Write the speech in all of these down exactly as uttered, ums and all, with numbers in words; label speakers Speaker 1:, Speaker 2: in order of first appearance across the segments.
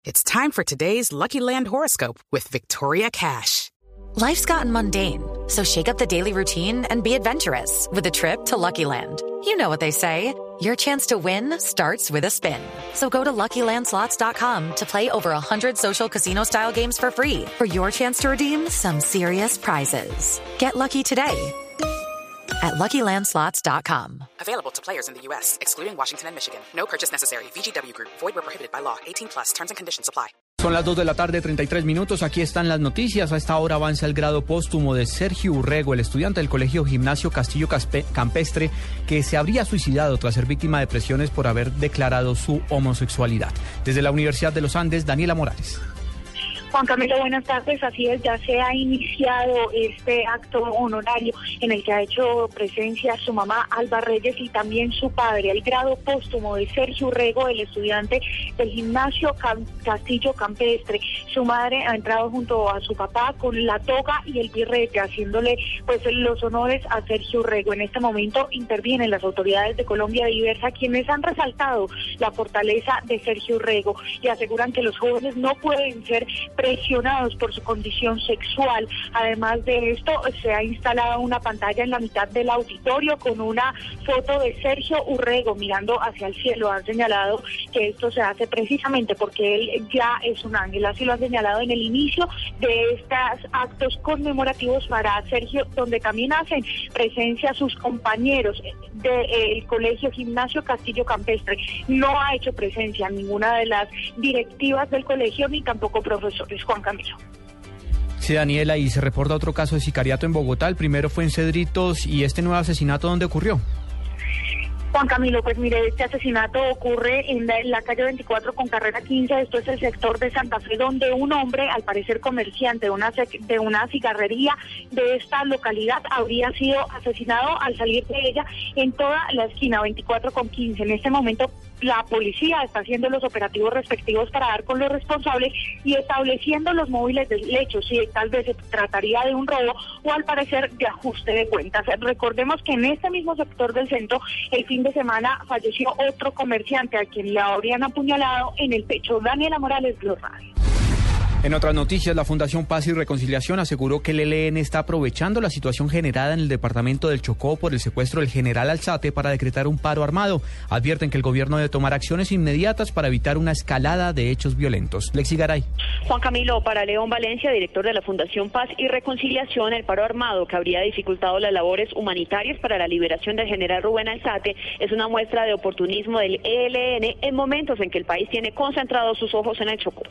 Speaker 1: It's time for today's Lucky Land horoscope with Victoria Cash.
Speaker 2: Life's gotten mundane, so shake up the daily routine and be adventurous with a trip to Lucky Land. You know what they say, your chance to win starts with a spin. So go to Lucky Land Slots dot com to play over one hundred social casino-style games for free for your chance to redeem some serious prizes. Get lucky today at Lucky Land Slots dot com.
Speaker 1: Available to players in the U S, excluding Washington and Michigan. No purchase necessary. V G W Group. Void where prohibited by law. eighteen plus. Terms and conditions apply.
Speaker 3: Son las dos de la tarde, treinta y tres minutos. Aquí están las noticias. A esta hora avanza el grado póstumo de Sergio Urrego, el estudiante del Colegio Gimnasio Castillo Campestre, que se habría suicidado tras ser víctima de presiones por haber declarado su homosexualidad. Desde la Universidad de los Andes, Daniela Morales.
Speaker 4: Juan Camilo, buenas tardes. Así es, ya se ha iniciado este acto honorario en el que ha hecho presencia su mamá Alba Reyes y también su padre, el grado póstumo de Sergio Urrego, el estudiante del Gimnasio Cam- Castillo Campestre. Su madre ha entrado junto a su papá con la toga y el birrete, haciéndole pues los honores a Sergio Urrego. En este momento intervienen las autoridades de Colombia Diversa, quienes han resaltado la fortaleza de Sergio Urrego y aseguran que los jóvenes no pueden ser presionados por su condición sexual. Además de esto, se ha instalado una pantalla en la mitad del auditorio con una foto de Sergio Urrego mirando hacia el cielo. Han señalado que esto se hace precisamente porque él ya es un ángel. Así lo han señalado en el inicio de estos actos conmemorativos para Sergio, donde también hacen presencia sus compañeros del Colegio Gimnasio Castillo Campestre. No ha hecho presencia ninguna de las directivas del colegio ni tampoco profesores. Juan Camilo.
Speaker 3: Sí, Daniela, y se reporta otro caso de sicariato en Bogotá. El primero fue en Cedritos. ¿Y este nuevo asesinato dónde ocurrió?
Speaker 4: Juan Camilo, pues mire, este asesinato ocurre en la, en la calle veinticuatro con carrera quince, esto es el sector de Santa Fe, donde un hombre, al parecer comerciante de una, de una cigarrería de esta localidad, habría sido asesinado al salir de ella en toda la esquina veinticuatro con quince. En este momento la policía está haciendo los operativos respectivos para dar con los responsables y estableciendo los móviles del hecho, si tal vez se trataría de un robo o al parecer de ajuste de cuentas. Recordemos que en este mismo sector del centro, el fin de semana falleció otro comerciante a quien le habrían apuñalado en el pecho. Daniela Morales, Blue Radio.
Speaker 3: En otras noticias, la Fundación Paz y Reconciliación aseguró que el E L N está aprovechando la situación generada en el departamento del Chocó por el secuestro del general Alzate para decretar un paro armado. Advierten que el gobierno debe tomar acciones inmediatas para evitar una escalada de hechos violentos. Lexi Garay.
Speaker 5: Juan Camilo, para León Valencia, director de la Fundación Paz y Reconciliación, el paro armado que habría dificultado las labores humanitarias para la liberación del general Rubén Alzate es una muestra de oportunismo del E L N en momentos en que el país tiene concentrados sus ojos en el Chocó.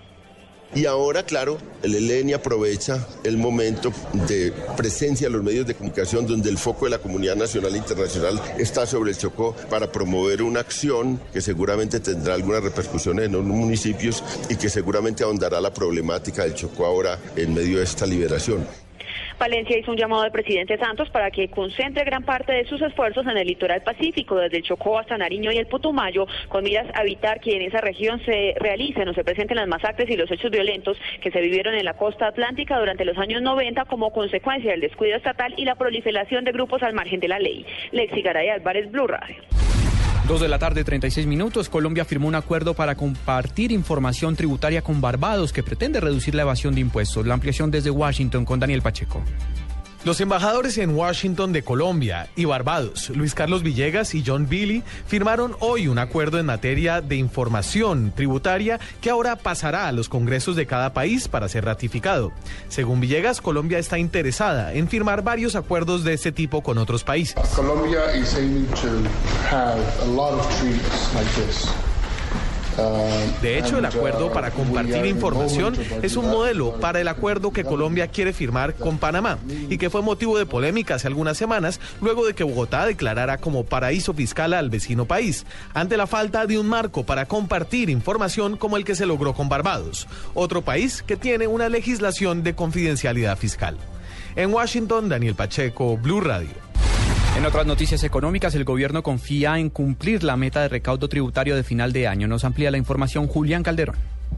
Speaker 6: Y ahora, claro, el E L N aprovecha el momento de presencia de los medios de comunicación donde el foco de la comunidad nacional e internacional está sobre el Chocó para promover una acción que seguramente tendrá algunas repercusiones en los municipios y que seguramente ahondará la problemática del Chocó ahora en medio de esta liberación.
Speaker 5: Valencia hizo un llamado al presidente Santos para que concentre gran parte de sus esfuerzos en el litoral pacífico, desde el Chocó hasta Nariño y el Putumayo, con miras a evitar que en esa región se realicen o se presenten las masacres y los hechos violentos que se vivieron en la costa atlántica durante los años noventa como consecuencia del descuido estatal y la proliferación de grupos al margen de la ley. Lexi Garay Álvarez, Blue Radio.
Speaker 3: Dos de la tarde, treinta y seis minutos. Colombia firmó un acuerdo para compartir información tributaria con Barbados que pretende reducir la evasión de impuestos. La ampliación desde Washington con Daniel Pacheco.
Speaker 7: Los embajadores en Washington de Colombia y Barbados, Luis Carlos Villegas y John Billy, firmaron hoy un acuerdo en materia de información tributaria que ahora pasará a los congresos de cada país para ser ratificado. Según Villegas, Colombia está interesada en firmar varios acuerdos de este tipo con otros países.
Speaker 8: Colombia is aiming to have a lot of treaties like this.
Speaker 7: De hecho, el acuerdo para compartir información es un modelo para el acuerdo que Colombia quiere firmar con Panamá y que fue motivo de polémica hace algunas semanas luego de que Bogotá declarara como paraíso fiscal al vecino país, ante la falta de un marco para compartir información como el que se logró con Barbados, otro país que tiene una legislación de confidencialidad fiscal. En Washington, Daniel Pacheco, Blue Radio.
Speaker 3: En otras noticias económicas, el gobierno confía en cumplir la meta de recaudo tributario de final de año. Nos amplía la información Julián Calderón.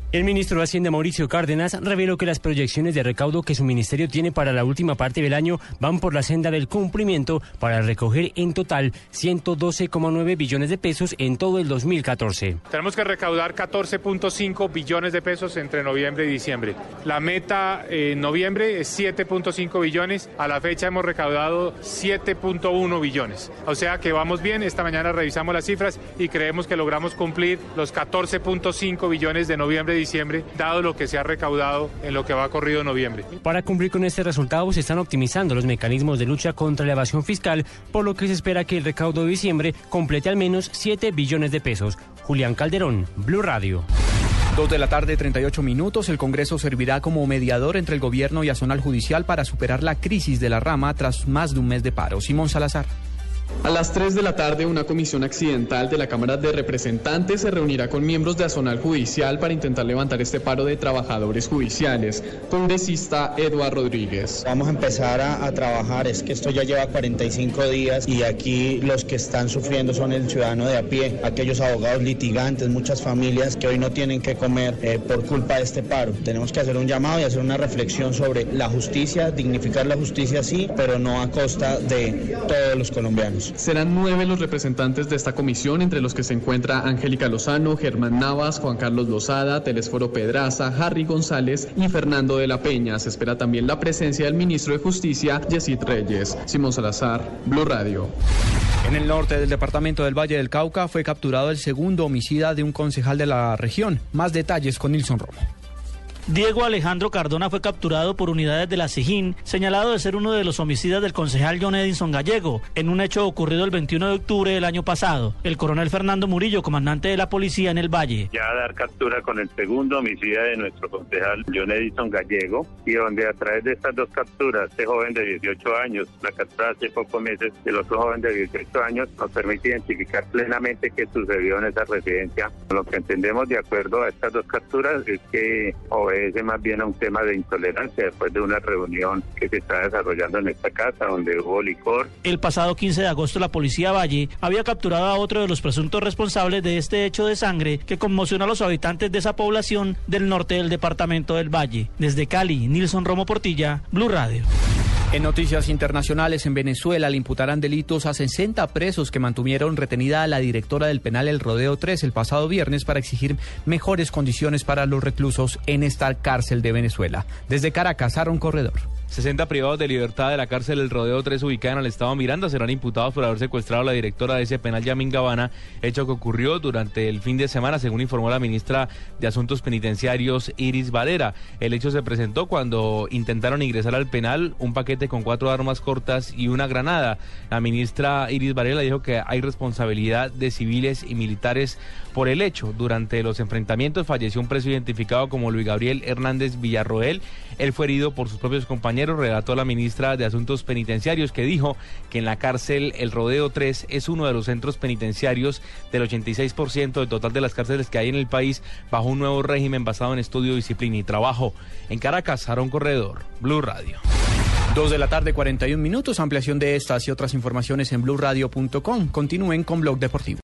Speaker 9: El ministro de Hacienda, Mauricio Cárdenas, reveló que las proyecciones de recaudo que su ministerio tiene para la última parte del año van por la senda del cumplimiento para recoger en total ciento doce coma nueve billones de pesos en todo el dos mil catorce.
Speaker 10: Tenemos que recaudar catorce punto cinco billones de pesos entre noviembre y diciembre. La meta en noviembre es siete punto cinco billones. A la fecha hemos recaudado siete punto uno billones. O sea que vamos bien. Esta mañana revisamos las cifras y creemos que logramos cumplir los catorce punto cinco billones de noviembre y diciembre, dado lo que se ha recaudado en lo que va corrido noviembre.
Speaker 9: Para cumplir con este resultado se están optimizando los mecanismos de lucha contra la evasión fiscal, por lo que se espera que el recaudo de diciembre complete al menos siete billones de pesos. Julián Calderón, Blue Radio.
Speaker 3: Dos de la tarde, treinta y ocho minutos. El Congreso servirá como mediador entre el gobierno y Azonal Judicial para superar la crisis de la rama tras más de un mes de paro. Simón Salazar.
Speaker 11: A las tres de la tarde, una comisión accidental de la Cámara de Representantes se reunirá con miembros de Azonal Judicial para intentar levantar este paro de trabajadores judiciales. Congresista Eduardo Rodríguez.
Speaker 12: Vamos a empezar a, a trabajar, es que esto ya lleva cuarenta y cinco días y aquí los que están sufriendo son el ciudadano de a pie, aquellos abogados litigantes, muchas familias que hoy no tienen que comer eh, por culpa de este paro. Tenemos que hacer un llamado y hacer una reflexión sobre la justicia, dignificar la justicia sí, pero no a costa de todos los colombianos.
Speaker 11: Serán nueve los representantes de esta comisión, entre los que se encuentra Angélica Lozano, Germán Navas, Juan Carlos Lozada, Telésforo Pedraza, Harry González y Fernando de la Peña. Se espera también la presencia del ministro de Justicia, Yesid Reyes. Simón Salazar, Blue Radio.
Speaker 3: En el norte del departamento del Valle del Cauca fue capturado el segundo homicida de un concejal de la región. Más detalles con Nilson Romo.
Speaker 13: Diego Alejandro Cardona fue capturado por unidades de la SIJIN, señalado de ser uno de los homicidas del concejal John Edison Gallego, en un hecho ocurrido el veintiuno de octubre del año pasado. El coronel Fernando Murillo, comandante de la policía en el Valle.
Speaker 14: Ya dar captura con el segundo homicida de nuestro concejal John Edison Gallego, y donde a través de estas dos capturas, este joven de dieciocho años, la captura hace pocos meses del otro joven de dieciocho años, nos permite identificar plenamente qué sucedió en esa residencia. Lo que entendemos de acuerdo a estas dos capturas es que obedece más bien a un tema de intolerancia después de una reunión que se está desarrollando en esta casa donde hubo licor.
Speaker 13: El pasado quince de agosto la policía Valle había capturado a otro de los presuntos responsables de este hecho de sangre que conmocionó a los habitantes de esa población del norte del departamento del Valle. Desde Cali, Nilson Romo Portilla, Blue Radio.
Speaker 3: En noticias internacionales, en Venezuela le imputarán delitos a sesenta presos que mantuvieron retenida a la directora del penal El Rodeo tres el pasado viernes para exigir mejores condiciones para los reclusos en esta cárcel de Venezuela. Desde Caracas, Aaron Corredor.
Speaker 15: sesenta privados de libertad de la cárcel El Rodeo tres ubicada en el estado Miranda serán imputados por haber secuestrado a la directora de ese penal, Yamin Gavana, hecho que ocurrió durante el fin de semana, según informó la ministra de Asuntos Penitenciarios, Iris Varela. El hecho se presentó cuando intentaron ingresar al penal un paquete con cuatro armas cortas y una granada. La ministra Iris Varela dijo que hay responsabilidad de civiles y militares por el hecho. Durante los enfrentamientos falleció un preso identificado como Luis Gabriel Hernández Villarroel. Él fue herido por sus propios compañeros, relató la ministra de Asuntos Penitenciarios, que dijo que en la cárcel El Rodeo tres es uno de los centros penitenciarios del ochenta y seis por ciento del total de las cárceles que hay en el país, bajo un nuevo régimen basado en estudio, disciplina y trabajo. En Caracas, Aaron Corredor, Blue Radio.
Speaker 3: Dos de la tarde, cuarenta y un minutos. Ampliación de estas y otras informaciones en blue radio punto com. Continúen con Blog Deportivo.